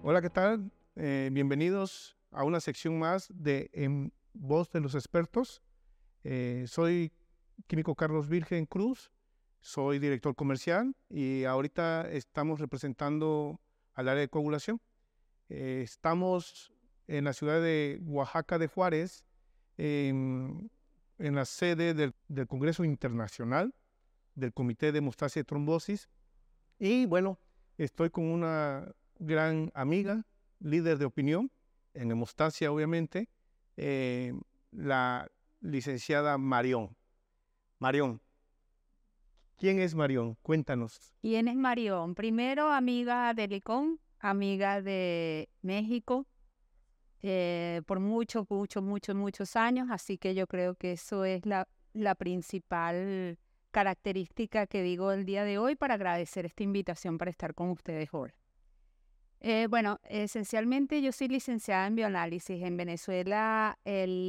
Hola, ¿qué tal? Bienvenidos a una sección más de En Voz de los Expertos. Soy Químico Carlos Virgen Cruz, soy director comercial y ahorita estamos representando al área de coagulación. Estamos en la ciudad de Oaxaca de Juárez, en la sede del Congreso Internacional del Comité de Hemostasia y Trombosis. Y bueno, estoy con una gran amiga, líder de opinión, en hemostasia obviamente, la licenciada Marión. Marión, ¿quién es Marión? Cuéntanos. ¿Quién es Marión? Primero, amiga de Licón, amiga de México, por muchos años, así que yo creo que eso es la principal característica que digo el día de hoy para agradecer esta invitación para estar con ustedes hoy. Bueno, esencialmente yo soy licenciada en bioanálisis. En Venezuela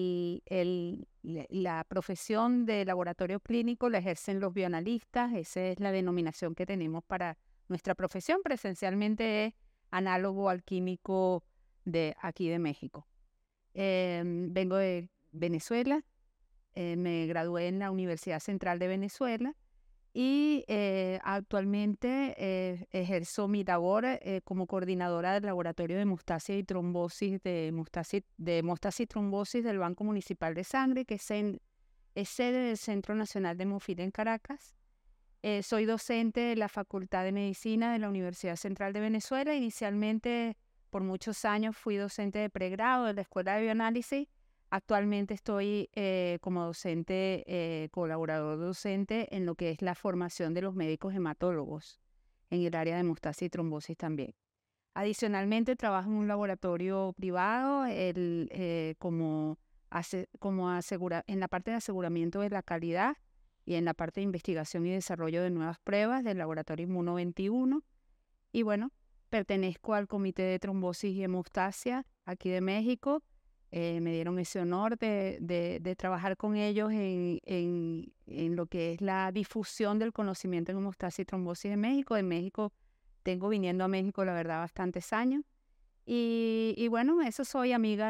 la profesión de laboratorio clínico la ejercen los bioanalistas. Esa es la denominación que tenemos para nuestra profesión, pero esencialmente es análogo al químico de aquí de México. Vengo de Venezuela, me gradué en la Universidad Central de Venezuela y actualmente ejerzo mi labor como coordinadora del Laboratorio de Hemostasia y Trombosis de hemostasia y Trombosis del Banco Municipal de Sangre, que es sede del Centro Nacional de Hemofilia en Caracas. Soy docente de la Facultad de Medicina de la Universidad Central de Venezuela. Inicialmente, por muchos años, fui docente de pregrado de la Escuela de Bioanálisis. Actualmente estoy como docente, colaborador docente en lo que es la formación de los médicos hematólogos en el área de hemostasia y trombosis también. Adicionalmente, trabajo en un laboratorio privado en la parte de aseguramiento de la calidad y en la parte de investigación y desarrollo de nuevas pruebas del laboratorio Inmuno 21. Y bueno, pertenezco al Comité de Trombosis y Hemostasia aquí de México. Me dieron ese honor de trabajar con ellos en lo que es la difusión del conocimiento en hemostasia y trombosis de México. En México tengo viniendo a México, la verdad, bastantes años. Y bueno, eso soy amiga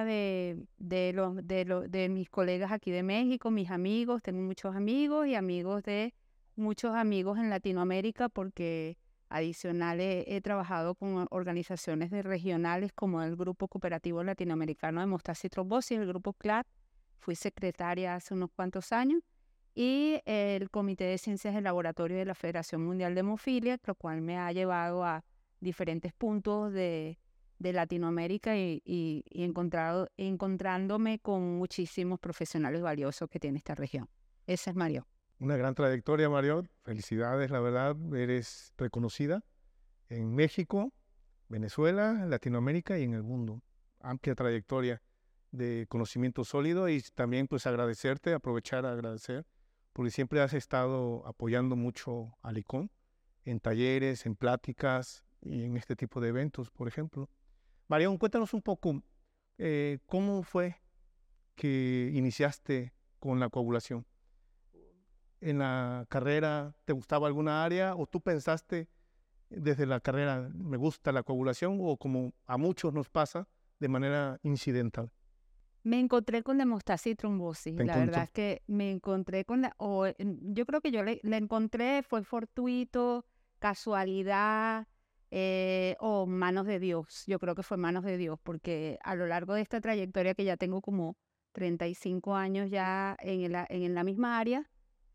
de mis colegas aquí de México, mis amigos. Tengo muchos amigos y amigos de muchos amigos en Latinoamérica porque adicional he trabajado con organizaciones regionales como el Grupo Cooperativo Latinoamericano de Hemostasia y Trombosis, el Grupo CLAT. Fui secretaria hace unos cuantos años y el Comité de Ciencias del Laboratorio de la Federación Mundial de Hemofilia, lo cual me ha llevado a diferentes puntos de Latinoamérica y encontrándome con muchísimos profesionales valiosos que tiene esta región. Esa es Mario. Una gran trayectoria, Marión. Felicidades, la verdad, eres reconocida en México, Venezuela, Latinoamérica y en el mundo. Amplia trayectoria de conocimiento sólido y también pues aprovechar a agradecer, porque siempre has estado apoyando mucho a Licón en talleres, en pláticas y en este tipo de eventos, por ejemplo. Marión, cuéntanos un poco cómo fue que iniciaste con la coagulación. ¿En la carrera te gustaba alguna área o tú pensaste desde la carrera, me gusta la coagulación, o como a muchos nos pasa, de manera incidental? Me encontré con la hemostasia y trombosis. ¿Te La verdad encontró? es que me encontré con yo creo que la encontré, fue fortuito, casualidad o manos de Dios. Yo creo que fue manos de Dios, porque a lo largo de esta trayectoria que ya tengo como 35 años ya en la misma área,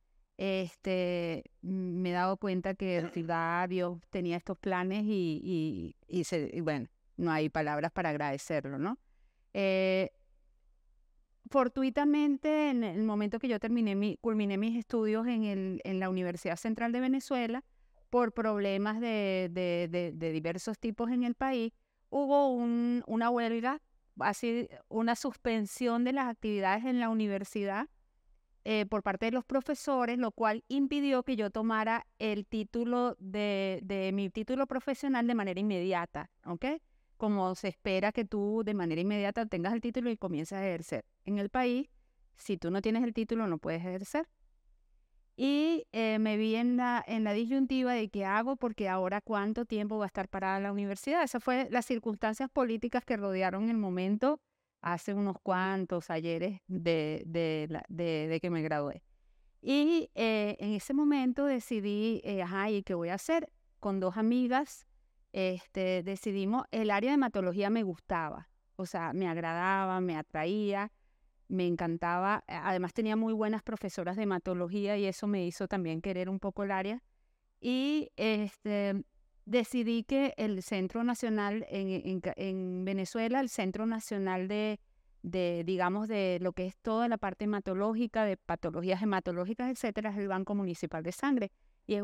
me he dado cuenta que en realidad Dios tenía estos planes y bueno, no hay palabras para agradecerlo, ¿no? Eh, Fortuitamente, en el momento que yo culminé mis estudios en la Universidad Central de Venezuela, por problemas de diversos tipos en el país, hubo una huelga, así, una suspensión de las actividades en la universidad por parte de los profesores, lo cual impidió que yo tomara el título de mi título profesional de manera inmediata, ¿ok? Como se espera que tú de manera inmediata tengas el título y comiences a ejercer. En el país, si tú no tienes el título, no puedes ejercer. Y me vi en la disyuntiva de qué hago, porque ahora cuánto tiempo va a estar parada la universidad. Esas fueron las circunstancias políticas que rodearon el momento hace unos cuantos ayeres de que me gradué. Y en ese momento decidí, ajá, ¿y qué voy a hacer? Con dos amigas, decidimos, el área de hematología me gustaba, o sea, me agradaba, me atraía, me encantaba. Además tenía muy buenas profesoras de hematología y eso me hizo también querer un poco el área. Y decidí que el Centro Nacional en Venezuela, el Centro Nacional digamos, de lo que es toda la parte hematológica, de patologías hematológicas, etcétera, es el Banco Municipal de Sangre. Y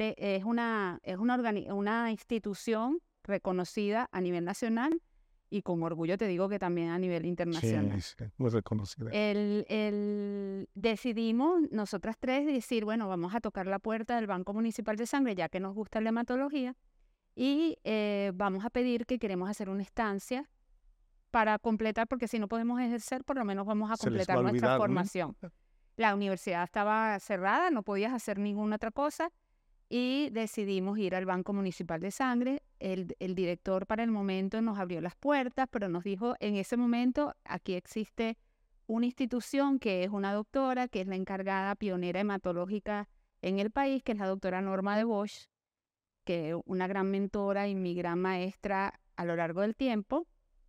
es una institución reconocida a nivel nacional y con orgullo te digo que también a nivel Sí, internacional. sí, muy reconocida. Decidimos nosotras tres decir, bueno, vamos a tocar la puerta del Banco Municipal de Sangre, ya que nos gusta la hematología, y vamos a pedir que queremos hacer una estancia para completar, porque si no podemos ejercer, por lo menos vamos a Se les va completar a nuestra olvidar, ¿no? formación. La universidad estaba cerrada, no podías hacer ninguna otra cosa, y decidimos ir al Banco Municipal de Sangre. El director para el momento nos abrió las puertas, pero nos dijo, en ese momento, aquí existe una institución que es una doctora, que es la encargada pionera hematológica en el país, que es la doctora Norma de Bosch, que es una gran mentora y mi gran maestra a lo largo del tiempo.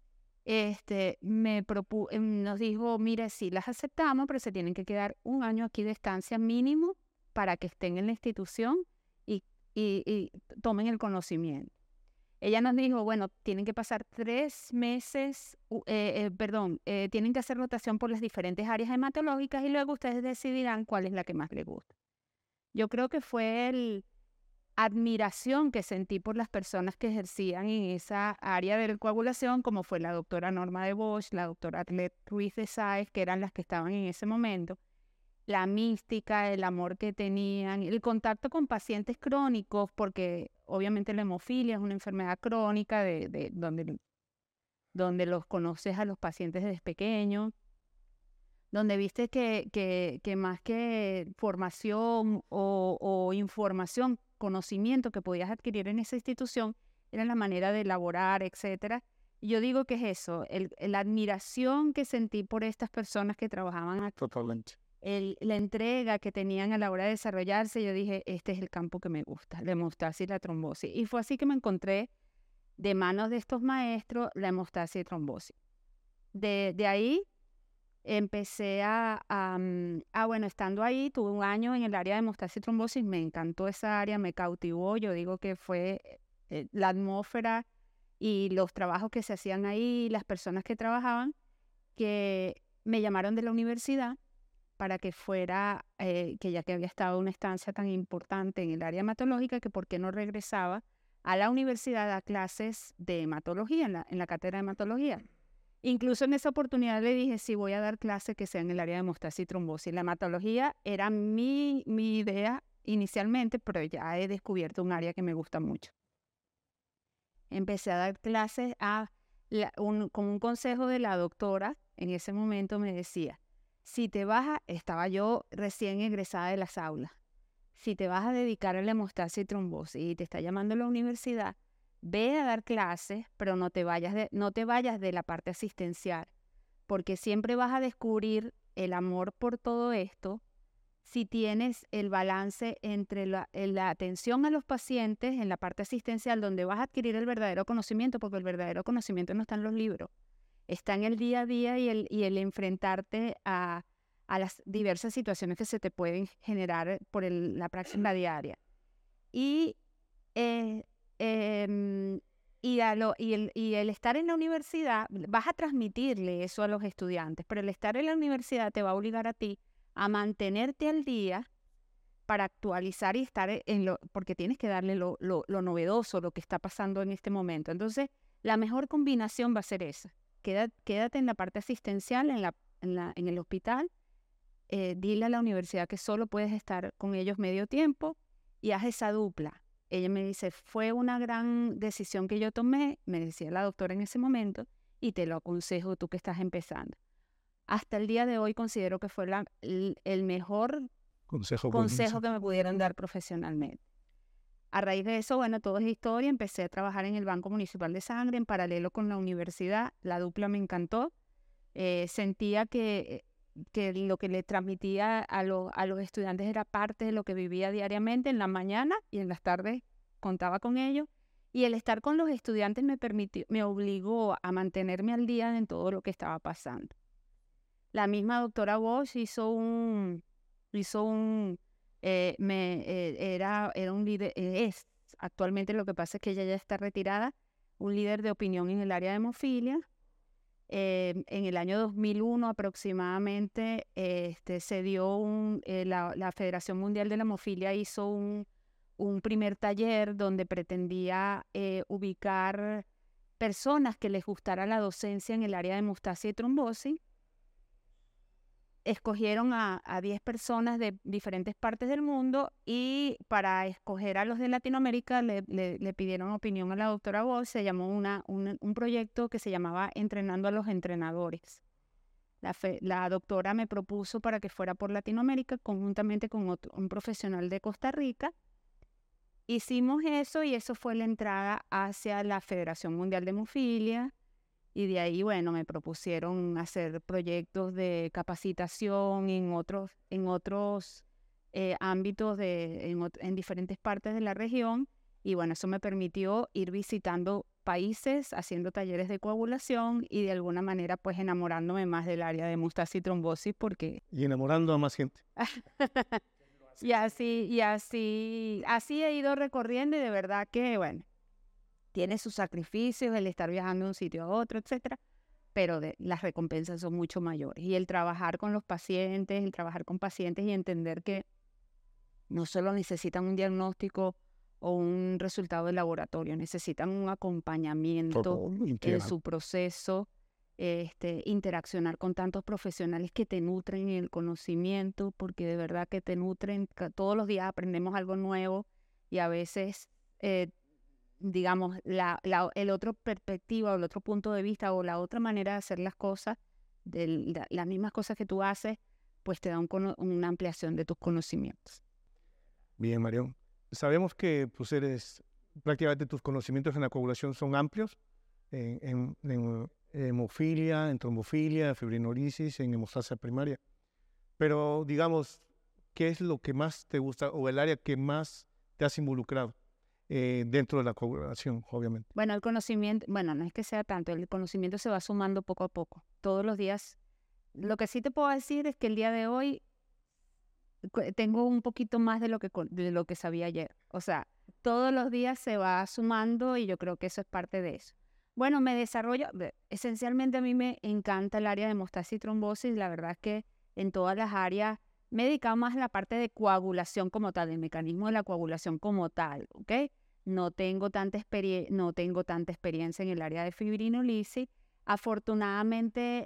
Nos dijo, mire, sí las aceptamos, pero se tienen que quedar un año aquí de estancia mínimo para que estén en la institución y tomen el conocimiento. Ella nos dijo, bueno, tienen que pasar 3 meses, tienen que hacer rotación por las diferentes áreas hematológicas y luego ustedes decidirán cuál es la que más les gusta. Yo creo que fue el admiración que sentí por las personas que ejercían en esa área de coagulación, como fue la doctora Norma de Bosch, la doctora Arlette Ruiz de Sáez, que eran las que estaban en ese momento, la mística, el amor que tenían, el contacto con pacientes crónicos, porque obviamente la hemofilia es una enfermedad crónica donde los conoces a los pacientes desde pequeños, donde viste que más que formación o información, conocimiento que podías adquirir en esa institución, era la manera de elaborar, etcétera. Y yo digo que es eso, la admiración que sentí por estas personas que trabajaban aquí, Totalmente. la entrega que tenían a la hora de desarrollarse, yo dije, este es el campo que me gusta, la hemostasia y la trombosis. Y fue así que me encontré de manos de estos maestros la hemostasia y trombosis. De ahí empecé bueno, estando ahí, tuve un año en el área de hemostasia y trombosis, me encantó esa área, me cautivó, yo digo que fue la atmósfera y los trabajos que se hacían ahí, las personas que trabajaban, que me llamaron de la universidad para que fuera, que ya que había estado una estancia tan importante en el área hematológica, que por qué no regresaba a la universidad a clases de hematología, en la cátedra de hematología. Incluso en esa oportunidad le dije, sí, voy a dar clases que sean en el área de hemostasia y trombosis. La hematología era mi idea inicialmente, pero ya he descubierto un área que me gusta mucho. Empecé a dar clases con un consejo de la doctora. En ese momento me decía, si te estaba yo recién egresada de las aulas, si te vas a dedicar a la hemostasia y trombosis y te está llamando la universidad, ve a dar clases, pero no te vayas de la parte asistencial, porque siempre vas a descubrir el amor por todo esto si tienes el balance entre la atención a los pacientes en la parte asistencial, donde vas a adquirir el verdadero conocimiento, porque el verdadero conocimiento no está en los libros, está en el día a día y el enfrentarte a las diversas situaciones que se te pueden generar por la práctica diaria. Y, eh, em, y el estar en la universidad, vas a transmitirle eso a los estudiantes, pero el estar en la universidad te va a obligar a ti a mantenerte al día para actualizar y estar porque tienes que darle lo novedoso, lo que está pasando en este momento. Entonces, la mejor combinación va a ser esa. Quédate en la parte asistencial, en el hospital, dile a la universidad que solo puedes estar con ellos medio tiempo y haz esa dupla. Ella me dice, fue una gran decisión que yo tomé, me decía la doctora en ese momento, y te lo aconsejo tú que estás empezando. Hasta el día de hoy considero que fue el mejor Consejo consejo buenísimo. que me pudieron dar profesionalmente. A raíz de eso, bueno, toda es historia. Empecé a trabajar en el Banco Municipal de Sangre en paralelo con la universidad. La dupla me encantó. Sentía que lo que le transmitía a los estudiantes era parte de lo que vivía diariamente en la mañana y en las tardes contaba con ellos. Y el estar con los estudiantes me obligó a mantenerme al día en todo lo que estaba pasando. La misma doctora Bosch era un líder, es actualmente, lo que pasa es que ella ya está retirada, un líder de opinión en el área de hemofilia. En el año 2001 aproximadamente se dio la Federación Mundial de la Hemofilia hizo un primer taller donde pretendía ubicar personas que les gustara la docencia en el área de hemostasia y trombosis. Escogieron a 10 personas de diferentes partes del mundo y para escoger a los de Latinoamérica le pidieron opinión a la doctora Bosch. Se llamó un proyecto que se llamaba Entrenando a los Entrenadores. La doctora me propuso para que fuera por Latinoamérica conjuntamente con un profesional de Costa Rica. Hicimos eso y eso fue la entrada hacia la Federación Mundial de Hemofilia. Y de ahí, bueno, me propusieron hacer proyectos de capacitación en otros ámbitos en diferentes partes de la región. Y bueno, eso me permitió ir visitando países, haciendo talleres de coagulación y de alguna manera pues enamorándome más del área de hemostasia y trombosis porque... Y enamorando a más gente. y así he ido recorriendo y de verdad que, bueno, tiene sus sacrificios, el estar viajando de un sitio a otro, etcétera, pero las recompensas son mucho mayores. Y el trabajar con los pacientes, el trabajar con pacientes y entender que no solo necesitan un diagnóstico o un resultado de laboratorio, necesitan un acompañamiento en su proceso, interaccionar con tantos profesionales que te nutren en el conocimiento, porque de verdad que te nutren, todos los días aprendemos algo nuevo y a veces... digamos, el otro perspectiva o el otro punto de vista o la otra manera de hacer las cosas, las mismas cosas que tú haces, pues te da una ampliación de tus conocimientos. Bien, Marión. Sabemos que pues prácticamente tus conocimientos en la coagulación son amplios, en hemofilia, en trombofilia, fibrinolisis, en hemostasia primaria. Pero, digamos, ¿qué es lo que más te gusta o el área que más te has involucrado? Dentro de la coagulación, obviamente. Bueno, el conocimiento, bueno, no es que sea tanto, el conocimiento se va sumando poco a poco, todos los días. Lo que sí te puedo decir es que el día de hoy tengo un poquito más de lo que sabía ayer. O sea, todos los días se va sumando y yo creo que eso es parte de eso. Bueno, me desarrollo, esencialmente a mí me encanta el área de hemostasia y trombosis, la verdad es que en todas las áreas me he dedicado más a la parte de coagulación como tal, el mecanismo de la coagulación como tal, ¿ok? No tengo tanta experiencia en el área de fibrinolisis. Afortunadamente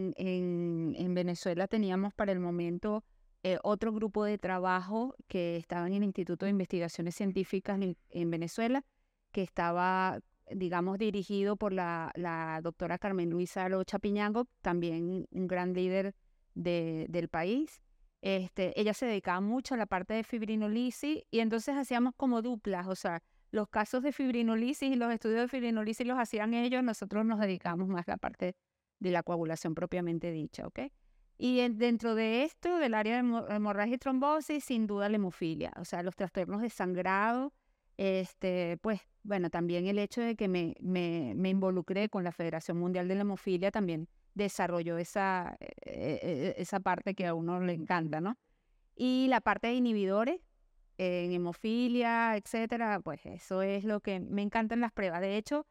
en Venezuela teníamos para el momento otro grupo de trabajo que estaba en el Instituto de Investigaciones Científicas en Venezuela, que estaba, digamos, dirigido por la doctora Carmen Luisa Locha Piñango, también un gran líder del país. Ella se dedicaba mucho a la parte de fibrinolisis y entonces hacíamos como duplas, o sea, los casos de fibrinolisis y los estudios de fibrinolisis los hacían ellos, nosotros nos dedicamos más a la parte de la coagulación propiamente dicha, ¿ok? Y dentro de esto, del área de hemorragia y trombosis, sin duda la hemofilia, o sea, los trastornos de sangrado, pues, bueno, también el hecho de que me involucré con la Federación Mundial de la Hemofilia también desarrolló esa parte que a uno le encanta, ¿no? Y la parte de inhibidores, en hemofilia, etcétera, pues eso es lo que me encanta en las pruebas. De hecho,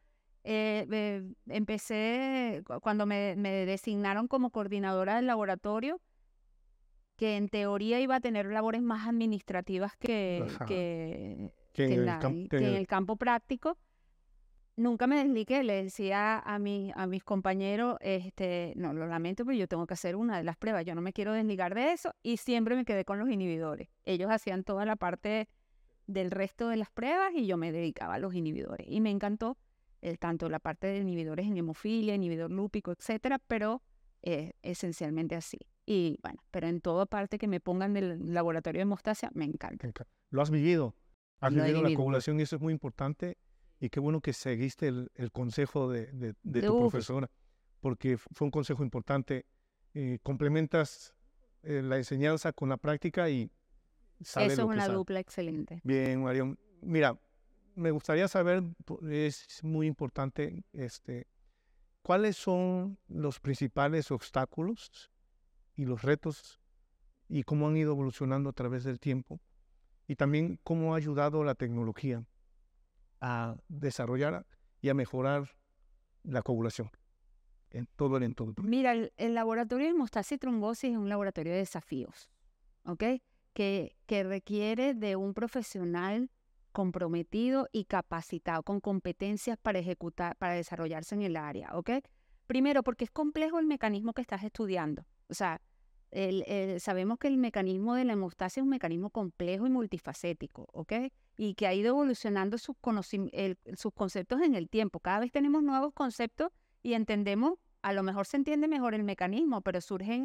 empecé cuando me designaron como coordinadora del laboratorio, que en teoría iba a tener labores más administrativas que en el campo práctico. Nunca me desligué, le decía a mis compañeros, no, lo lamento, pero yo tengo que hacer una de las pruebas, yo no me quiero desligar de eso, y siempre me quedé con los inhibidores. Ellos hacían toda la parte del resto de las pruebas y yo me dedicaba a los inhibidores. Y me encantó tanto la parte de inhibidores en hemofilia, inhibidor lúpico, etcétera, pero esencialmente así. Y bueno, pero en toda parte que me pongan del laboratorio de hemostasia, me encanta. Lo has vivido. Has Lo he vivido la vivido. coagulación y eso es muy importante. Y qué bueno que seguiste el consejo de tu Uf, profesora, porque fue un consejo importante. Complementas la enseñanza con la práctica y sale eso es lo que una sale. dupla excelente. Bien, Marión. Mira, me gustaría saber, es muy importante, ¿cuáles son los principales obstáculos y los retos y cómo han ido evolucionando a través del tiempo? Y también cómo ha ayudado la tecnología a desarrollar y a mejorar la coagulación en todo el entorno. Mira, el laboratorio de hemostasia y trombosis es un laboratorio de desafíos, ¿ok? Que requiere de un profesional comprometido y capacitado, con competencias para ejecutar, para desarrollarse en el área, ¿ok? Primero, porque es complejo el mecanismo que estás estudiando. O sea, sabemos que el mecanismo de la hemostasia es un mecanismo complejo y multifacético, ¿ok? Y que ha ido evolucionando sus conceptos en el tiempo. Cada vez tenemos nuevos conceptos y entendemos, a lo mejor se entiende mejor el mecanismo, pero surgen,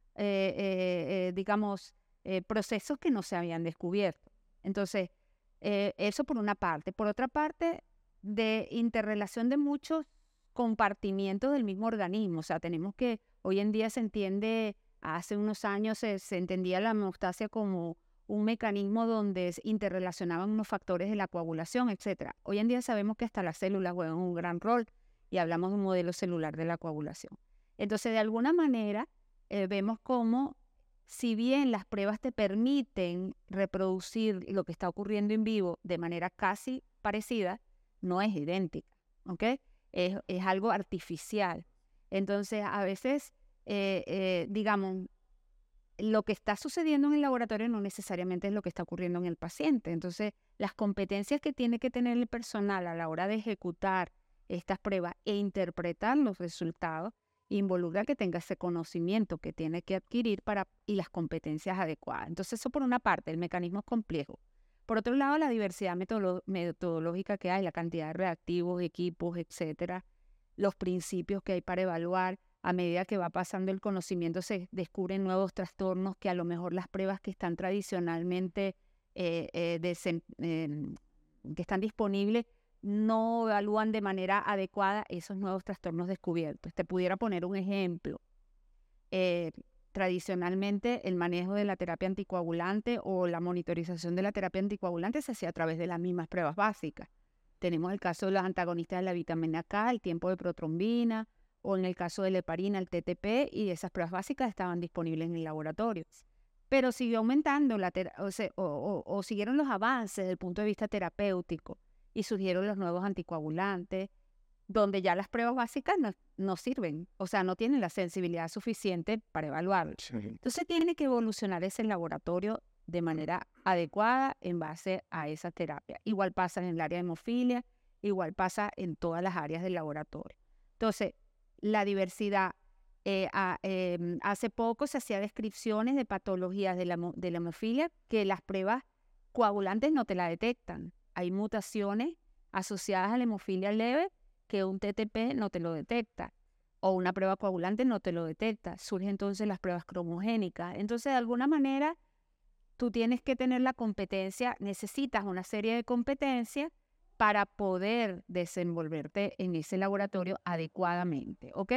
digamos, procesos que no se habían descubierto. Entonces, eso por una parte. Por otra parte, de interrelación de muchos compartimientos del mismo organismo. O sea, tenemos que, hoy en día se entiende, hace unos años se entendía la hemostasia como un mecanismo donde se interrelacionaban unos factores de la coagulación, etcétera. Hoy en día sabemos que hasta las células juegan un gran rol y hablamos de un modelo celular de la coagulación. Entonces, de alguna manera, vemos cómo, si bien las pruebas te permiten reproducir lo que está ocurriendo en vivo de manera casi parecida, no es idéntica, ¿ok? Es algo artificial. Entonces, a veces, digamos, lo que está sucediendo en el laboratorio no necesariamente es lo que está ocurriendo en el paciente. Entonces, las competencias que tiene que tener el personal a la hora de ejecutar estas pruebas e interpretar los resultados involucra que tenga ese conocimiento que tiene que adquirir y las competencias adecuadas. Entonces, eso por una parte, el mecanismo es complejo. Por otro lado, la diversidad metodológica que hay, la cantidad de reactivos, equipos, etcétera, los principios que hay para evaluar. A medida que va pasando el conocimiento se descubren nuevos trastornos que a lo mejor las pruebas que están tradicionalmente que están disponibles no evalúan de manera adecuada esos nuevos trastornos descubiertos. Te pudiera poner un ejemplo. Tradicionalmente el manejo de la terapia anticoagulante o la monitorización de la terapia anticoagulante se hacía a través de las mismas pruebas básicas. Tenemos el caso de los antagonistas de la vitamina K, el tiempo de protrombina, o en el caso de la heparina, el TTP, y esas pruebas básicas estaban disponibles en el laboratorio. Pero siguió aumentando, o siguieron los avances desde el punto de vista terapéutico, y surgieron los nuevos anticoagulantes, donde ya las pruebas básicas no sirven, o sea, no tienen la sensibilidad suficiente para evaluarlo. Sí. Entonces tiene que evolucionar ese laboratorio de manera adecuada en base a esa terapia. Igual pasa en el área de hemofilia, igual pasa en todas las áreas del laboratorio. Entonces, la diversidad, hace poco se hacían descripciones de patologías de la hemofilia que las pruebas coagulantes no te la detectan. Hay mutaciones asociadas a la hemofilia leve que un TTP no te lo detecta, o una prueba coagulante no te lo detecta. Surgen entonces las pruebas cromogénicas. Entonces, de alguna manera, tú tienes que tener la competencia, necesitas una serie de competencias para poder desenvolverte en ese laboratorio adecuadamente, ¿ok?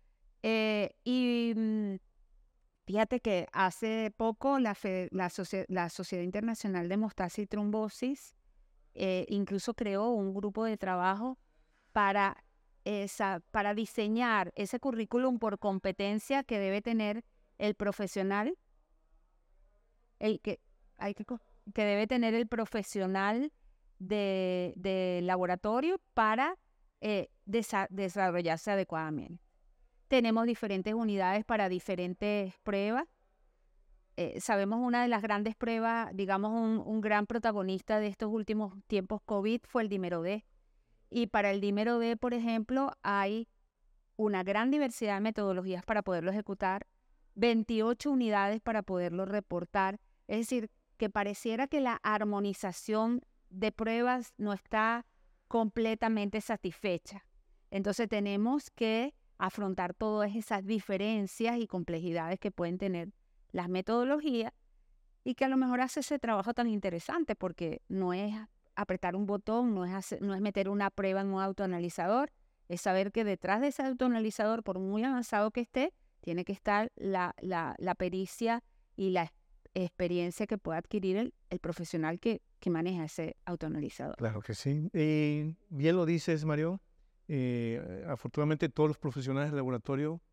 Fíjate que hace poco la Sociedad Internacional de Hemostasia y Trombosis incluso creó un grupo de trabajo para diseñar ese currículum por competencia que debe tener el profesional, que debe tener el profesional de laboratorio para desarrollarse adecuadamente. Tenemos diferentes unidades para diferentes pruebas. Sabemos una de las grandes pruebas, digamos un gran protagonista de estos últimos tiempos COVID fue el dímero D. Y para el dímero D, por ejemplo, hay una gran diversidad de metodologías para poderlo ejecutar, 28 unidades para poderlo reportar. Es decir, que pareciera que la armonización de pruebas no está completamente satisfecha. Entonces tenemos que afrontar todas esas diferencias y complejidades que pueden tener las metodologías y que a lo mejor hace ese trabajo tan interesante porque no es apretar un botón, no es meter una prueba en un autoanalizador, es saber que detrás de ese autoanalizador, por muy avanzado que esté, tiene que estar la pericia y la experiencia que pueda adquirir el profesional que maneja ese autoanalizador. Claro que sí. Bien lo dices, Mario. Afortunadamente todos los profesionales del laboratorio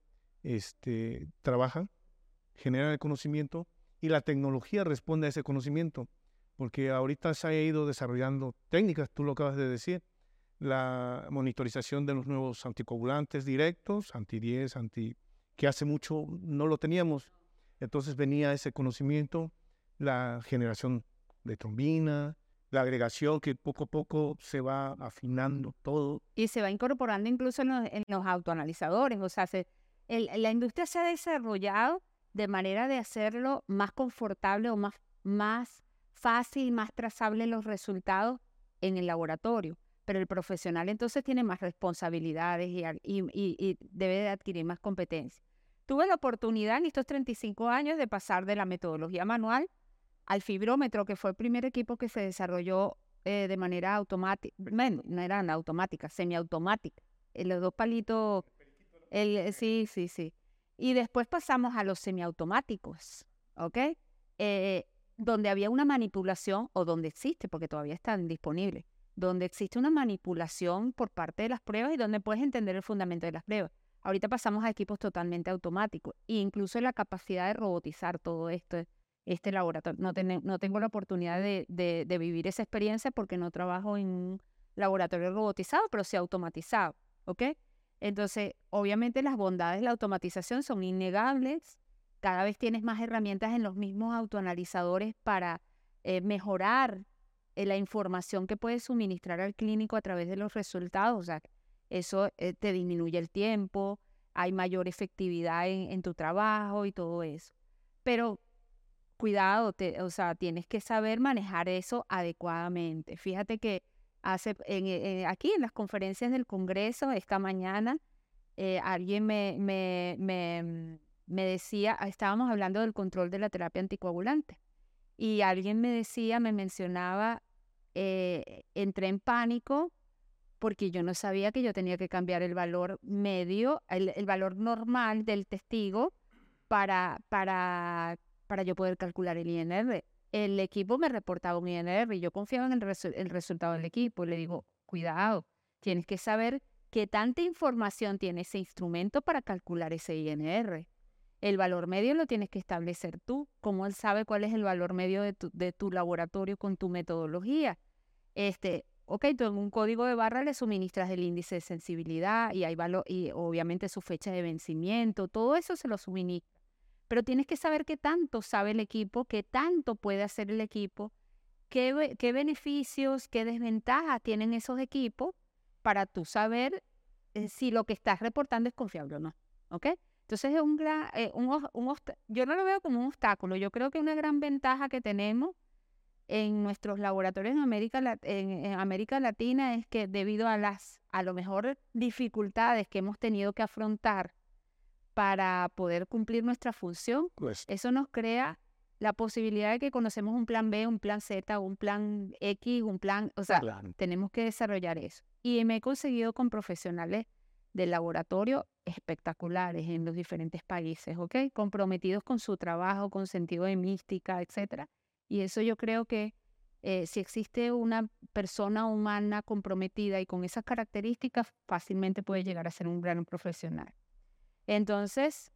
trabajan, generan el conocimiento y la tecnología responde a ese conocimiento, porque ahorita se ha ido desarrollando técnicas, tú lo acabas de decir, la monitorización de los nuevos anticoagulantes directos, anti-10, que hace mucho no lo teníamos. Entonces venía ese conocimiento, la generación de trombina, la agregación que poco a poco se va afinando todo. Y se va incorporando incluso en los autoanalizadores. O sea, la industria se ha desarrollado de manera de hacerlo más confortable o más fácil, más trazable los resultados en el laboratorio. Pero el profesional entonces tiene más responsabilidades y debe de adquirir más competencias. Tuve la oportunidad en estos 35 años de pasar de la metodología manual al fibrómetro, que fue el primer equipo que se desarrolló de manera automática, bueno, no eran automáticas, semiautomática. Los dos palitos, sí. Y después pasamos a los semiautomáticos, ¿ok? Donde había una manipulación, o donde existe, porque todavía están disponibles, donde existe una manipulación por parte de las pruebas y donde puedes entender el fundamento de las pruebas. Ahorita pasamos a equipos totalmente automáticos e incluso la capacidad de robotizar todo esto. Este laboratorio. No tengo la oportunidad de vivir esa experiencia porque no trabajo en un laboratorio robotizado, pero sí automatizado, ¿ok? Entonces, obviamente las bondades de la automatización son innegables. Cada vez tienes más herramientas en los mismos autoanalizadores para mejorar la información que puedes suministrar al clínico a través de los resultados. O sea, eso te disminuye el tiempo, hay mayor efectividad en tu trabajo y todo eso. Pero cuidado, o sea, tienes que saber manejar eso adecuadamente. Fíjate que aquí en las conferencias del Congreso, esta mañana, alguien me decía, estábamos hablando del control de la terapia anticoagulante, y alguien me mencionaba, entré en pánico porque yo no sabía que yo tenía que cambiar el valor medio, el valor normal del testigo para yo poder calcular el INR. El equipo me reportaba un INR y yo confiaba en el resultado del equipo. Y le digo, cuidado, tienes que saber qué tanta información tiene ese instrumento para calcular ese INR. El valor medio lo tienes que establecer tú. ¿Cómo él sabe cuál es el valor medio de tu laboratorio con tu metodología? Ok, tú en un código de barra le suministras el índice de sensibilidad y hay valor, y obviamente su fecha de vencimiento, todo eso se lo suministra. Pero tienes que saber qué tanto sabe el equipo, qué tanto puede hacer el equipo, qué beneficios, qué desventajas tienen esos equipos para tú saber si lo que estás reportando es confiable o no, ¿ok? Entonces es yo no lo veo como un obstáculo, yo creo que una gran ventaja que tenemos en nuestros laboratorios en América Latina es que debido a lo mejor dificultades que hemos tenido que afrontar para poder cumplir nuestra función, Pues, eso nos crea la posibilidad de que conocemos un plan B, un plan Z, un plan X, o sea, claro. tenemos que desarrollar eso. Y me he conseguido con profesionales del laboratorio espectaculares en los diferentes países, ¿ok? Comprometidos con su trabajo, con sentido de mística, etcétera. Y eso yo creo que si existe una persona humana comprometida y con esas características, fácilmente puede llegar a ser un gran profesional. Entonces,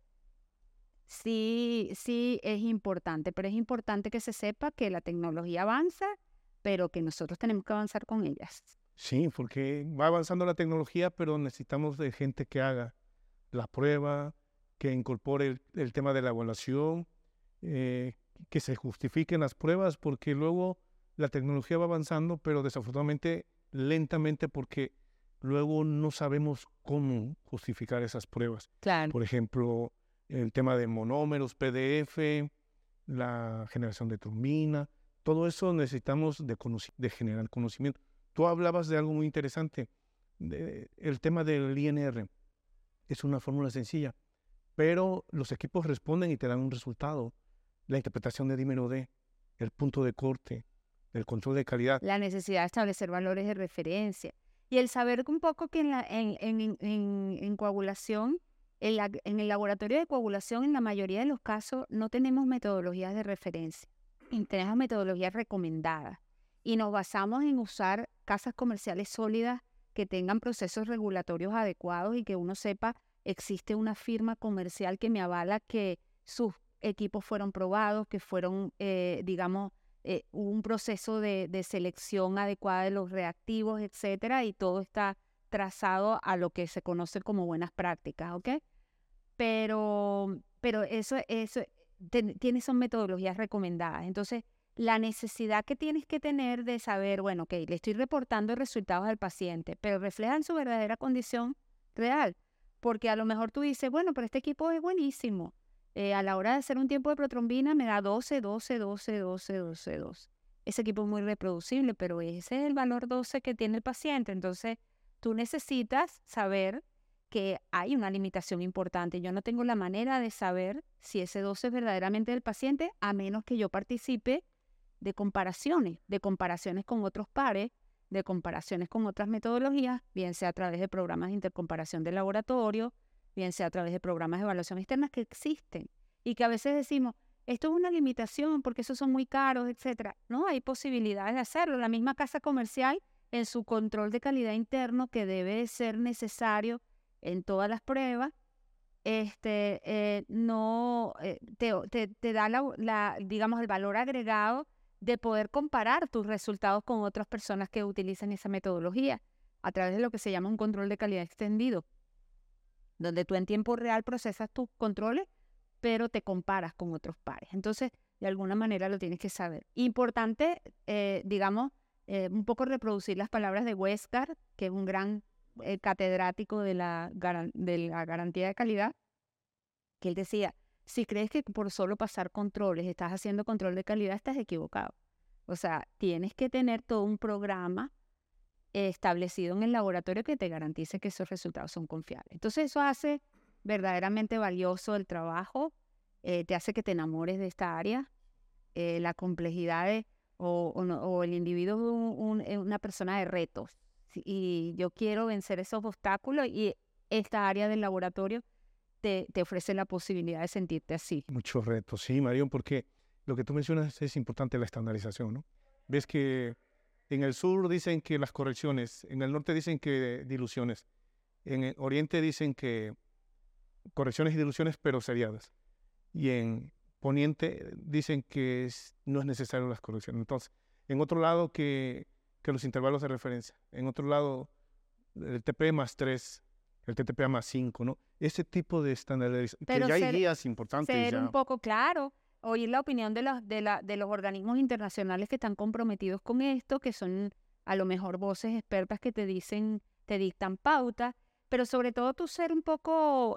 sí es importante, pero es importante que se sepa que la tecnología avanza, pero que nosotros tenemos que avanzar con ellas. Sí, porque va avanzando la tecnología, pero necesitamos de gente que haga la prueba, que incorpore el tema de la evaluación, que se justifiquen las pruebas, porque luego la tecnología va avanzando, pero desafortunadamente lentamente, porque luego no sabemos cómo justificar esas pruebas. Claro. Por ejemplo, el tema de monómeros, PDF, la generación de trombina, todo eso necesitamos de generar conocimiento. Tú hablabas de algo muy interesante, el tema del INR. es una fórmula sencilla, pero los equipos responden y te dan un resultado. La interpretación de D-D, el punto de corte, el control de calidad. La necesidad de establecer valores de referencia. Y el saber un poco que en coagulación, en el laboratorio de coagulación, en la mayoría de los casos, no tenemos metodologías de referencia. Tenemos metodologías recomendadas. Y nos basamos en usar casas comerciales sólidas que tengan procesos regulatorios adecuados y que uno sepa, existe una firma comercial que me avala que sus equipos fueron probados, que fueron, hubo un proceso de selección adecuada de los reactivos, etcétera, y todo está trazado a lo que se conoce como buenas prácticas, ¿ok? Pero eso son metodologías recomendadas. Entonces, la necesidad que tienes que tener de saber, bueno, ok, le estoy reportando resultados al paciente, pero reflejan su verdadera condición real. Porque a lo mejor tú dices, bueno, pero este equipo es buenísimo. A la hora de hacer un tiempo de protrombina me da 12, 12, 12, 12, 12, 12. Ese equipo es muy reproducible, pero ese es el valor 12 que tiene el paciente. Entonces, tú necesitas saber que hay una limitación importante. Yo no tengo la manera de saber si ese 12 es verdaderamente del paciente, a menos que yo participe de comparaciones con otros pares, de comparaciones con otras metodologías, bien sea a través de programas de intercomparación de laboratorio, bien sea a través de programas de evaluación externas que existen y que a veces decimos, esto es una limitación porque esos son muy caros, etcétera. No, hay posibilidades de hacerlo. La misma casa comercial, en su control de calidad interno, que debe ser necesario en todas las pruebas, te da digamos, el valor agregado de poder comparar tus resultados con otras personas que utilizan esa metodología a través de lo que se llama un control de calidad extendido, donde tú en tiempo real procesas tus controles, pero te comparas con otros pares. Entonces, de alguna manera lo tienes que saber. Importante, un poco reproducir las palabras de Westgard, que es un gran catedrático de la garantía de calidad, que él decía, si crees que por solo pasar controles estás haciendo control de calidad, estás equivocado. O sea, tienes que tener todo un programa establecido en el laboratorio que te garantice que esos resultados son confiables. Entonces, eso hace verdaderamente valioso el trabajo, te hace que te enamores de esta área, la complejidad o el individuo es una persona de retos. Y yo quiero vencer esos obstáculos y esta área del laboratorio te ofrece la posibilidad de sentirte así. Muchos retos, sí, Marión, porque lo que tú mencionas es importante, la estandarización, ¿no? Ves que en el sur dicen que las correcciones, en el norte dicen que diluciones, en el oriente dicen que correcciones y diluciones, pero seriadas. Y en poniente dicen que no es necesario las correcciones. Entonces, en otro lado que los intervalos de referencia, en otro lado el TP más 3, el TTPA más 5, ¿no? Ese tipo de estandarización, que ya hay guías importantes. Ser un poco claro, oír la opinión de los organismos internacionales que están comprometidos con esto, que son a lo mejor voces expertas que te dictan pautas, pero sobre todo tú ser un poco,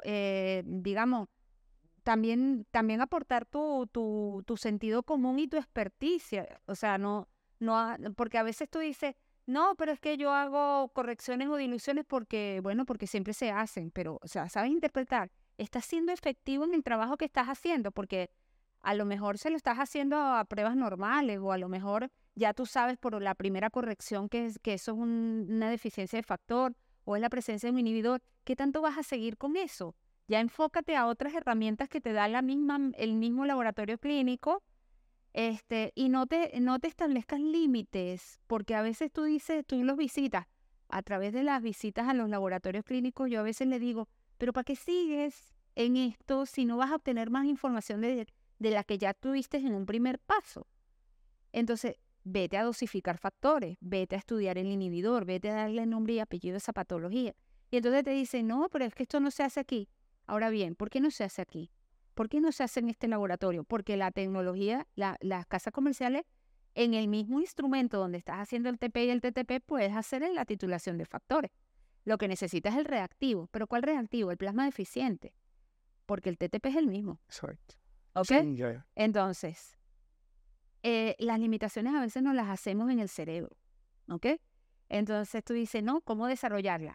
también aportar tu sentido común y tu experticia. O sea, porque a veces tú dices, no, pero es que yo hago correcciones o diluciones porque siempre se hacen, pero, o sea, sabes interpretar, estás siendo efectivo en el trabajo que estás haciendo, porque a lo mejor se lo estás haciendo a pruebas normales, o a lo mejor ya tú sabes por la primera corrección que eso es una deficiencia de factor, o es la presencia de un inhibidor. ¿Qué tanto vas a seguir con eso? Ya enfócate a otras herramientas que te da el mismo laboratorio clínico, y no te establezcas límites, porque a veces tú los visitas, a través de las visitas a los laboratorios clínicos, yo a veces le digo, pero ¿para qué sigues en esto si no vas a obtener más información de la que ya tuviste en un primer paso? Entonces, vete a dosificar factores, vete a estudiar el inhibidor, vete a darle nombre y apellido a esa patología. Y entonces te dicen, no, pero es que esto no se hace aquí. Ahora bien, ¿por qué no se hace aquí? ¿Por qué no se hace en este laboratorio? Porque la tecnología, las casas comerciales, en el mismo instrumento donde estás haciendo el TP y el TTP, puedes hacer en la titulación de factores. Lo que necesitas es el reactivo. ¿Pero cuál reactivo? El plasma deficiente. Porque el TTP es el mismo. Exacto. ¿Ok? Sí, ya. Entonces, las limitaciones a veces nos las hacemos en el cerebro. ¿Ok? Entonces tú dices, no, ¿cómo desarrollarla?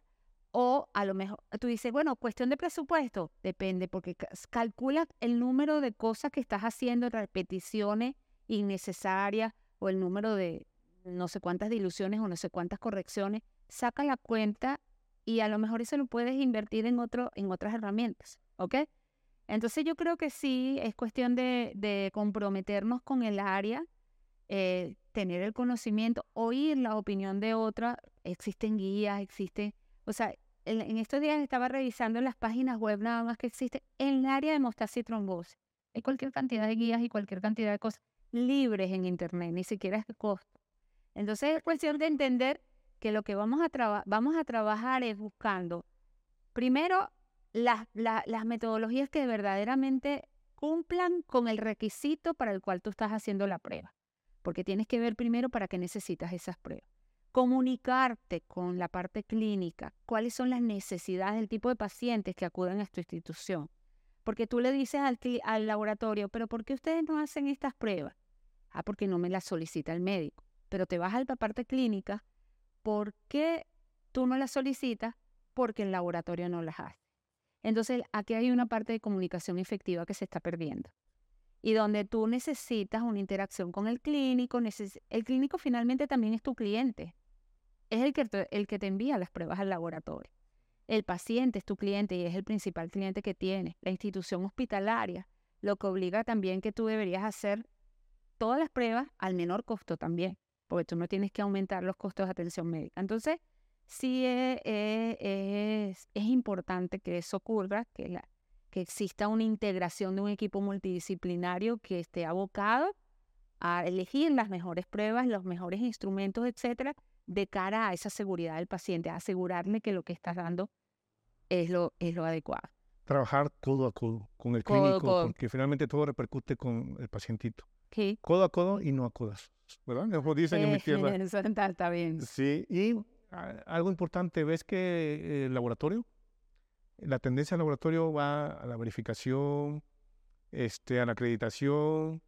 O a lo mejor tú dices, bueno, cuestión de presupuesto, depende, porque calcula el número de cosas que estás haciendo, repeticiones innecesarias o el número de no sé cuántas diluciones o no sé cuántas correcciones, saca la cuenta y a lo mejor eso lo puedes invertir en otras herramientas, ¿ok? Entonces yo creo que sí, es cuestión de comprometernos con el área, tener el conocimiento, oír la opinión de otra. Existen guías, o sea, en estos días estaba revisando en las páginas web nada más que existe en el área de hemostasia y trombosis. Hay cualquier cantidad de guías y cualquier cantidad de cosas libres en internet, ni siquiera es de costo. Entonces es cuestión de entender que lo que vamos a trabajar es buscando, primero, las metodologías que verdaderamente cumplan con el requisito para el cual tú estás haciendo la prueba. Porque tienes que ver primero para qué necesitas esas pruebas. Comunicarte con la parte clínica, cuáles son las necesidades del tipo de pacientes que acuden a tu institución. Porque tú le dices al laboratorio, pero ¿por qué ustedes no hacen estas pruebas? Ah, porque no me las solicita el médico. Pero te vas a la parte clínica, ¿por qué tú no las solicitas? Porque el laboratorio no las hace. Entonces, aquí hay una parte de comunicación efectiva que se está perdiendo. Y donde tú necesitas una interacción con el clínico. El clínico finalmente también es tu cliente. Es el que te envía las pruebas al laboratorio. El paciente es tu cliente y es el principal cliente que tienes. La institución hospitalaria, lo que obliga también que tú deberías hacer todas las pruebas al menor costo también, porque tú no tienes que aumentar los costos de atención médica. Entonces, sí es importante que eso ocurra, que exista una integración de un equipo multidisciplinario que esté abocado a elegir las mejores pruebas, los mejores instrumentos, etcétera, de cara a esa seguridad del paciente, a asegurarle que lo que estás dando es lo adecuado. Trabajar codo a codo con el Codo a clínico, codo. porque finalmente todo repercute con el pacientito. Sí. Codo a codo y no a codas, ¿verdad? Como dicen en mi tierra. Eso está bien. Sí, y algo importante, ves que el laboratorio, la tendencia del laboratorio va a la verificación, a la acreditación,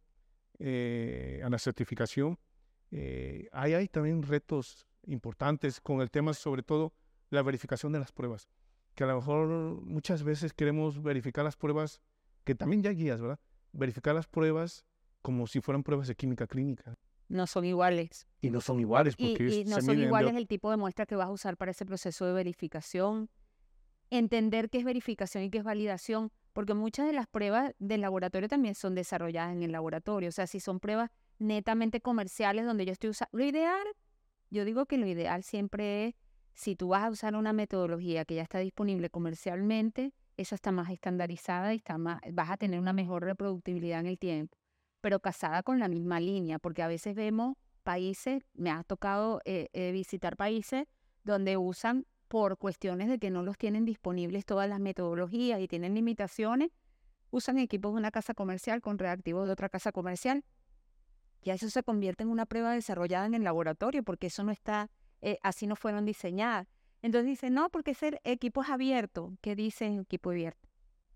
a la certificación. Hay también retos importantes con el tema, sobre todo la verificación de las pruebas, que a lo mejor muchas veces queremos verificar las pruebas, que también ya hay guías, ¿verdad? Verificar las pruebas como si fueran pruebas de química clínica. No son iguales. Y no son iguales porque Y no son iguales el tipo de muestra que vas a usar para ese proceso de verificación. Entender qué es verificación y qué es validación, porque muchas de las pruebas del laboratorio también son desarrolladas en el laboratorio. O sea, si son pruebas netamente comerciales donde yo estoy usando... Yo digo que lo ideal siempre es, si tú vas a usar una metodología que ya está disponible comercialmente, esa está más estandarizada y vas a tener una mejor reproductibilidad en el tiempo, pero casada con la misma línea, porque a veces vemos países, me ha tocado visitar países donde usan, por cuestiones de que no los tienen disponibles todas las metodologías y tienen limitaciones, usan equipos de una casa comercial con reactivos de otra casa comercial. Ya eso se convierte en una prueba desarrollada en el laboratorio, porque eso no está, así no fueron diseñadas. Entonces dicen, no, porque ese equipo es abierto. ¿Qué dicen equipo abierto?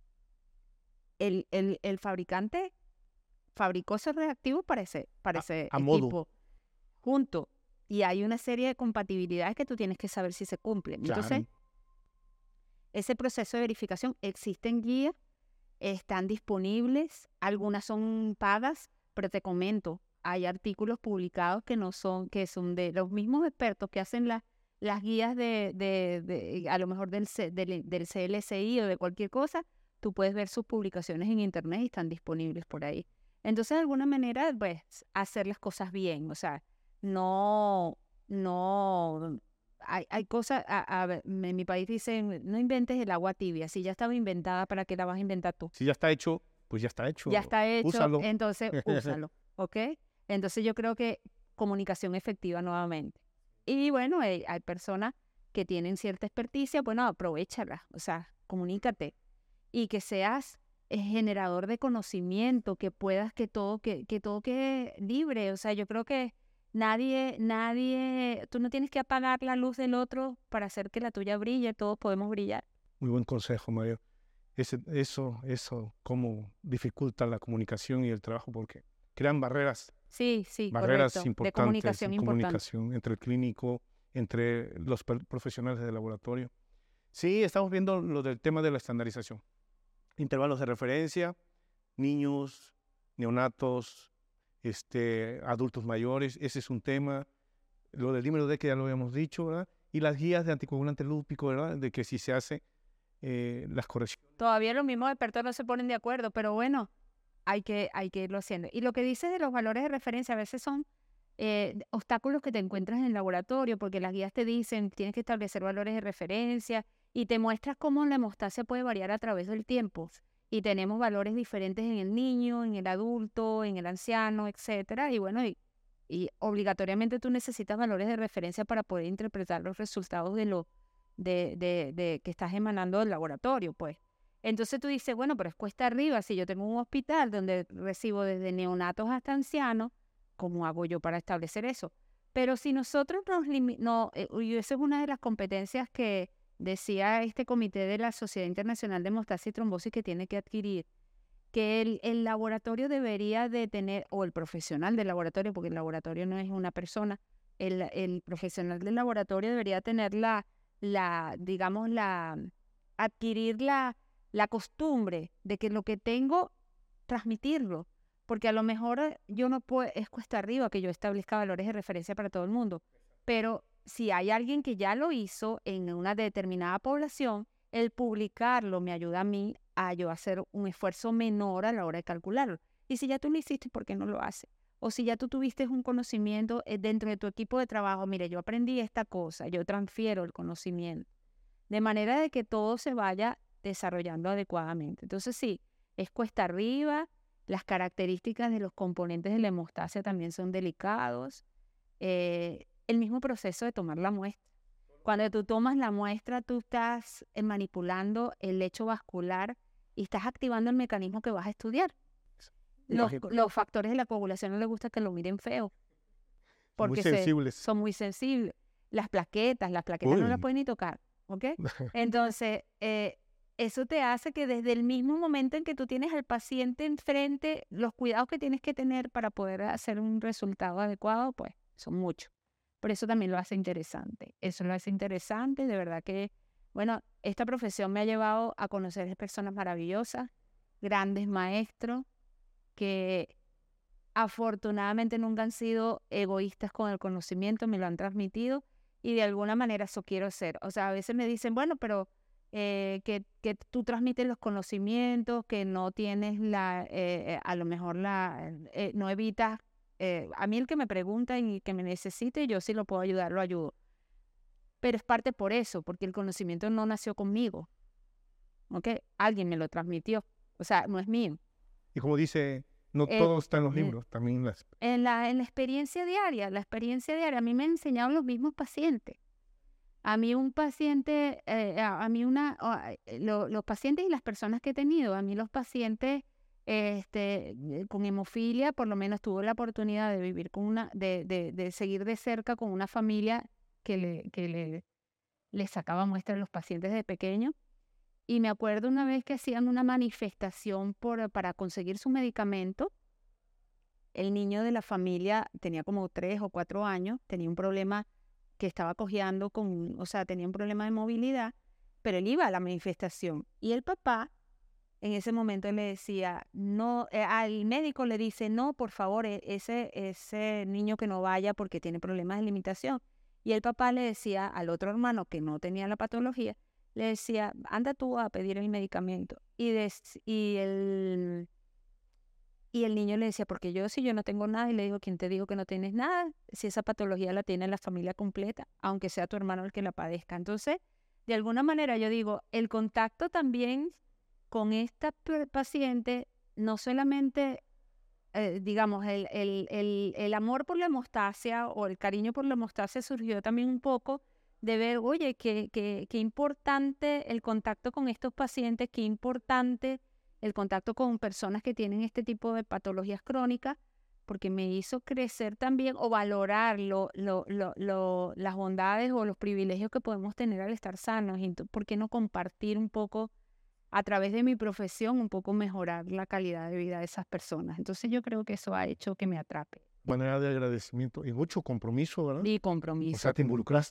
El fabricante fabricó ese reactivo para ese a equipo modo. junto. Y hay una serie de compatibilidades que tú tienes que saber si se cumplen. Claro. Entonces, ese proceso de verificación, existen guías, están disponibles, algunas son pagas, pero te comento, hay artículos publicados que son de los mismos expertos que hacen las guías a lo mejor del CLSI o de cualquier cosa. Tú puedes ver sus publicaciones en internet y están disponibles por ahí. Entonces, de alguna manera, pues, hacer las cosas bien, o sea, no, hay cosas, a ver, en mi país dicen, no inventes el agua tibia, si ya estaba inventada, ¿para qué la vas a inventar tú? Si ya está hecho, pues ya está hecho. Ya está hecho, Úsalo. entonces úsalo, ¿ok? Entonces yo creo que comunicación efectiva nuevamente. Y bueno, hay personas que tienen cierta experticia, bueno, aprovéchala, o sea, comunícate y que seas generador de conocimiento, que puedas que todo quede libre. O sea, yo creo que tú no tienes que apagar la luz del otro para hacer que la tuya brille, todos podemos brillar. Muy buen consejo, Mario. Eso, cómo dificulta la comunicación y el trabajo, porque crean barreras. Sí, Barreras correcto, importantes de comunicación en importante. comunicación entre el clínico, entre los profesionales del laboratorio. Sí, estamos viendo lo del tema de la estandarización. Intervalos de referencia, niños, neonatos, adultos mayores, ese es un tema. Lo del dímero D que ya lo habíamos dicho, ¿verdad? Y las guías de anticoagulante lúpico, ¿verdad? De que si se hace las correcciones. Todavía los mismos expertos no se ponen de acuerdo, pero bueno, hay que irlo haciendo. Y lo que dices de los valores de referencia a veces son obstáculos que te encuentras en el laboratorio, porque las guías te dicen tienes que establecer valores de referencia y te muestras cómo la hemostasia puede variar a través del tiempo. Y tenemos valores diferentes en el niño, en el adulto, en el anciano, etcétera. Y bueno, y obligatoriamente tú necesitas valores de referencia para poder interpretar los resultados de que estás emanando del laboratorio, pues. Entonces tú dices, bueno, pero es cuesta arriba. Si yo tengo un hospital donde recibo desde neonatos hasta ancianos, ¿cómo hago yo para establecer eso? Pero si nosotros y esa es una de las competencias que decía este comité de la Sociedad Internacional de Hemostasia y Trombosis que tiene que adquirir, que el laboratorio debería de tener, o el profesional del laboratorio, porque el laboratorio no es una persona, el profesional del laboratorio debería tener adquirir la costumbre de que lo que tengo, transmitirlo, porque a lo mejor yo no puedo, es cuesta arriba que yo establezca valores de referencia para todo el mundo, pero si hay alguien que ya lo hizo en una determinada población, el publicarlo me ayuda a mí a yo hacer un esfuerzo menor a la hora de calcularlo. Y si ya tú lo hiciste, ¿por qué no lo haces? O si ya tú tuviste un conocimiento dentro de tu equipo de trabajo, mire, yo aprendí esta cosa, yo transfiero el conocimiento, de manera de que todo se vaya desarrollando adecuadamente. Entonces sí, es cuesta arriba, las características de los componentes de la hemostasia también son delicados, el mismo proceso de tomar la muestra. Cuando tú tomas la muestra, tú estás manipulando el lecho vascular y estás activando el mecanismo que vas a estudiar. Los factores de la coagulación no les gusta que lo miren feo, porque son muy sensibles. Las plaquetas no las pueden ni tocar, ¿ok? Entonces, eso te hace que desde el mismo momento en que tú tienes al paciente enfrente, los cuidados que tienes que tener para poder hacer un resultado adecuado, pues son muchos. Por eso también lo hace interesante. Eso lo hace interesante, de verdad que, bueno, esta profesión me ha llevado a conocer personas maravillosas, grandes maestros, que afortunadamente nunca han sido egoístas con el conocimiento, me lo han transmitido y de alguna manera eso quiero ser. O sea, a veces me dicen, bueno, pero que tú transmites los conocimientos, que no tienes a lo mejor no evitas. A mí el que me pregunta y que me necesite, yo sí lo puedo ayudar, lo ayudo. Pero es parte por eso, porque el conocimiento no nació conmigo, ¿ok? Alguien me lo transmitió, o sea, no es mío. Y como dice, no todo está en los libros, también en la experiencia diaria, a mí me han enseñado los mismos pacientes. A mí un paciente, los pacientes y las personas que he tenido, a mí los pacientes con hemofilia, por lo menos tuve la oportunidad de vivir de seguir de cerca con una familia que le sacaba muestras a los pacientes de pequeños. Y me acuerdo una vez que hacían una manifestación para conseguir su medicamento. El niño de la familia tenía como 3 o 4 años, tenía un problema que estaba cojeando tenía un problema de movilidad, pero él iba a la manifestación. Y el papá en ese momento le decía, no, al médico le dice, no, por favor, ese niño que no vaya porque tiene problemas de limitación. Y el papá le decía al otro hermano que no tenía la patología, le decía, anda tú a pedir el medicamento. Y el niño le decía, porque si yo no tengo nada, y le digo, ¿quién te dijo que no tienes nada? Si esa patología la tiene la familia completa, aunque sea tu hermano el que la padezca. Entonces, de alguna manera yo digo, el contacto también con esta paciente, no solamente, digamos, el amor por la hemostasia o el cariño por la hemostasia surgió también un poco de ver, oye, qué importante el contacto con estos pacientes, qué importante el contacto con personas que tienen este tipo de patologías crónicas, porque me hizo crecer también o valorar las bondades o los privilegios que podemos tener al estar sanos. Y ¿por qué no compartir un poco a través de mi profesión, un poco mejorar la calidad de vida de esas personas? Entonces yo creo que eso ha hecho que me atrape. Manera de agradecimiento y mucho compromiso, ¿verdad? Y compromiso. O sea, te involucraste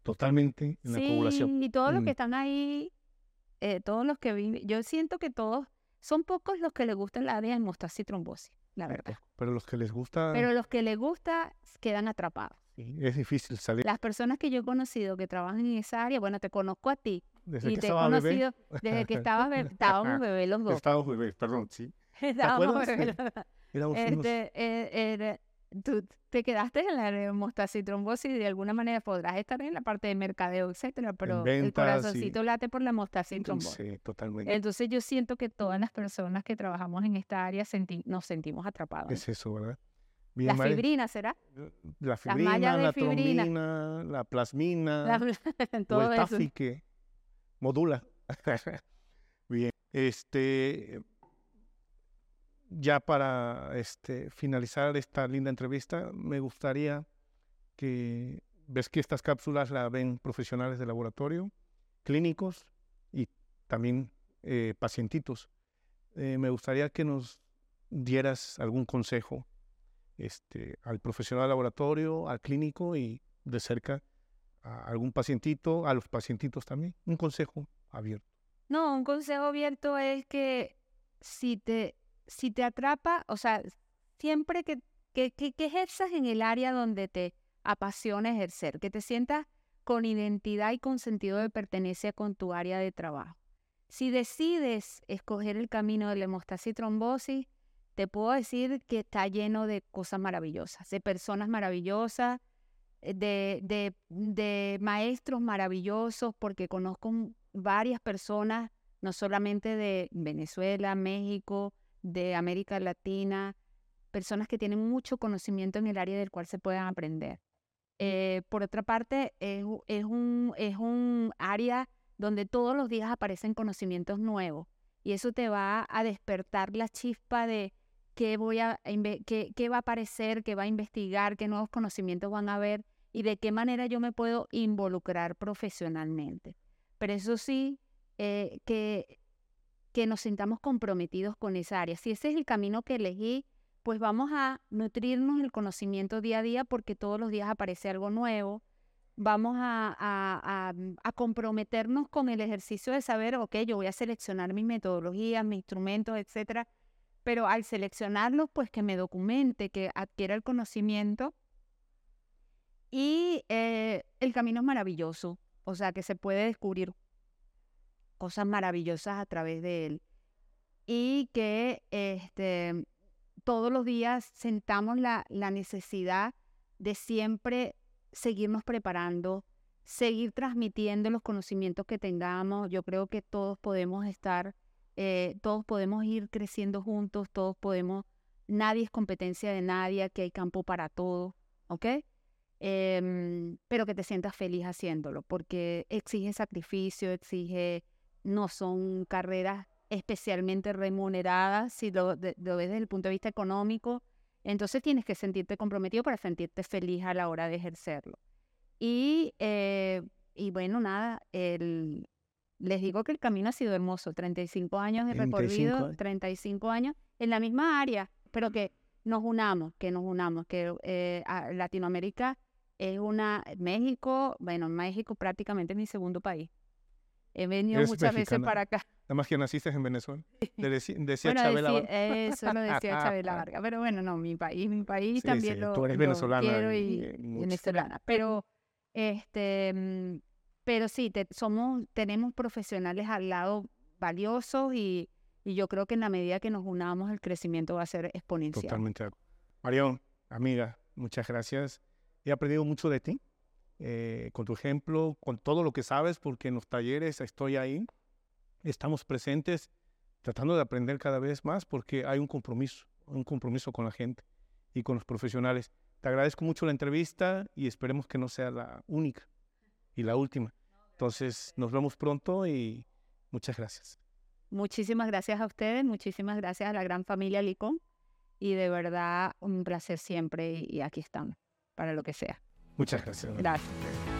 totalmente en la coagulación. Sí, y todos los que están ahí, todos los que viven, yo siento que todos, son pocos los que les gusta el área de hemostasis y trombosis, la verdad. Pero los que les gusta, Pero los que les gusta quedan atrapados. sí, es difícil salir. Las personas que yo he conocido que trabajan en esa área, bueno, te conozco a ti Desde y que te he estaba bebé, conocido desde que estábamos bebés los dos. estábamos bebés, perdón, sí. Estábamos acuerdas? bebés los dos. Éramos unos... Tú te quedaste en la hemostasis y trombosis y de alguna manera podrás estar en la parte de mercadeo, etcétera, pero el ventas, corazoncito late por la hemostasis y trombosis. Sí, totalmente. Entonces yo siento que todas las personas que trabajamos en esta área nos sentimos atrapados. Es eso, ¿verdad? Bien, La Mari. fibrina, ¿será? La fibrina, mallas de la fibrina. trombina, la plasmina, o Todo el eso. TAFI que modula. Bien, ya para finalizar esta linda entrevista, me gustaría que, ves que estas cápsulas las ven profesionales de laboratorio, clínicos y también pacientitos. Me gustaría que nos dieras algún consejo al profesional de laboratorio, al clínico y de cerca a algún pacientito, a los pacientitos también. Un consejo abierto. No, un consejo abierto es que si te atrapa, o sea, siempre que ejerzas en el área donde te apasiona ejercer, que te sientas con identidad y con sentido de pertenencia con tu área de trabajo. Si decides escoger el camino de la hemostasis y trombosis, te puedo decir que está lleno de cosas maravillosas, de personas maravillosas, de maestros maravillosos, porque conozco varias personas, no solamente de Venezuela, México, de América Latina, personas que tienen mucho conocimiento en el área del cual se puedan aprender. Por otra parte, es un área donde todos los días aparecen conocimientos nuevos y eso te va a despertar la chispa de qué va a aparecer, qué va a investigar, qué nuevos conocimientos van a haber y de qué manera yo me puedo involucrar profesionalmente. Pero eso sí, que nos sintamos comprometidos con esa área. Si ese es el camino que elegí, pues vamos a nutrirnos el conocimiento día a día porque todos los días aparece algo nuevo. Vamos a comprometernos con el ejercicio de saber, ok, yo voy a seleccionar mis metodologías, mis instrumentos, etcétera, pero al seleccionarlos, pues que me documente, que adquiera el conocimiento y el camino es maravilloso, o sea, que se puede descubrir cosas maravillosas a través de él y que todos los días sentamos la necesidad de siempre seguirnos preparando, seguir transmitiendo los conocimientos que tengamos. Yo creo que todos podemos todos podemos ir creciendo juntos, nadie es competencia de nadie, aquí hay campo para todos, ¿ok? Pero que te sientas feliz haciéndolo, porque exige sacrificio, no son carreras especialmente remuneradas, si lo ves desde el punto de vista económico, entonces tienes que sentirte comprometido para sentirte feliz a la hora de ejercerlo. Y bueno, nada, les digo que el camino ha sido hermoso, 35 años de recorrido, 35 años en la misma área, pero que nos unamos, que Latinoamérica es México prácticamente es mi segundo país. He venido muchas veces para acá. Nada más que naciste en Venezuela. Decía bueno, Chabela Vargas. Eso lo decía Chabela Vargas. Pero bueno, no, mi país Sí, también sí, lo, tú eres lo venezolana quiero y venezolana. Pero, pero sí, tenemos profesionales al lado valiosos y yo creo que en la medida que nos unamos el crecimiento va a ser exponencial. Totalmente. Marión, amiga, muchas gracias. He aprendido mucho de ti. Con tu ejemplo, con todo lo que sabes, porque en los talleres estoy ahí, estamos presentes, tratando de aprender cada vez más, porque hay un compromiso con la gente y con los profesionales. Te agradezco mucho la entrevista y esperemos que no sea la única y la última. Entonces, nos vemos pronto y muchas gracias. Muchísimas gracias a ustedes, muchísimas gracias a la gran familia Licón y de verdad un placer siempre y aquí estamos, para lo que sea. Muchas gracias. Gracias.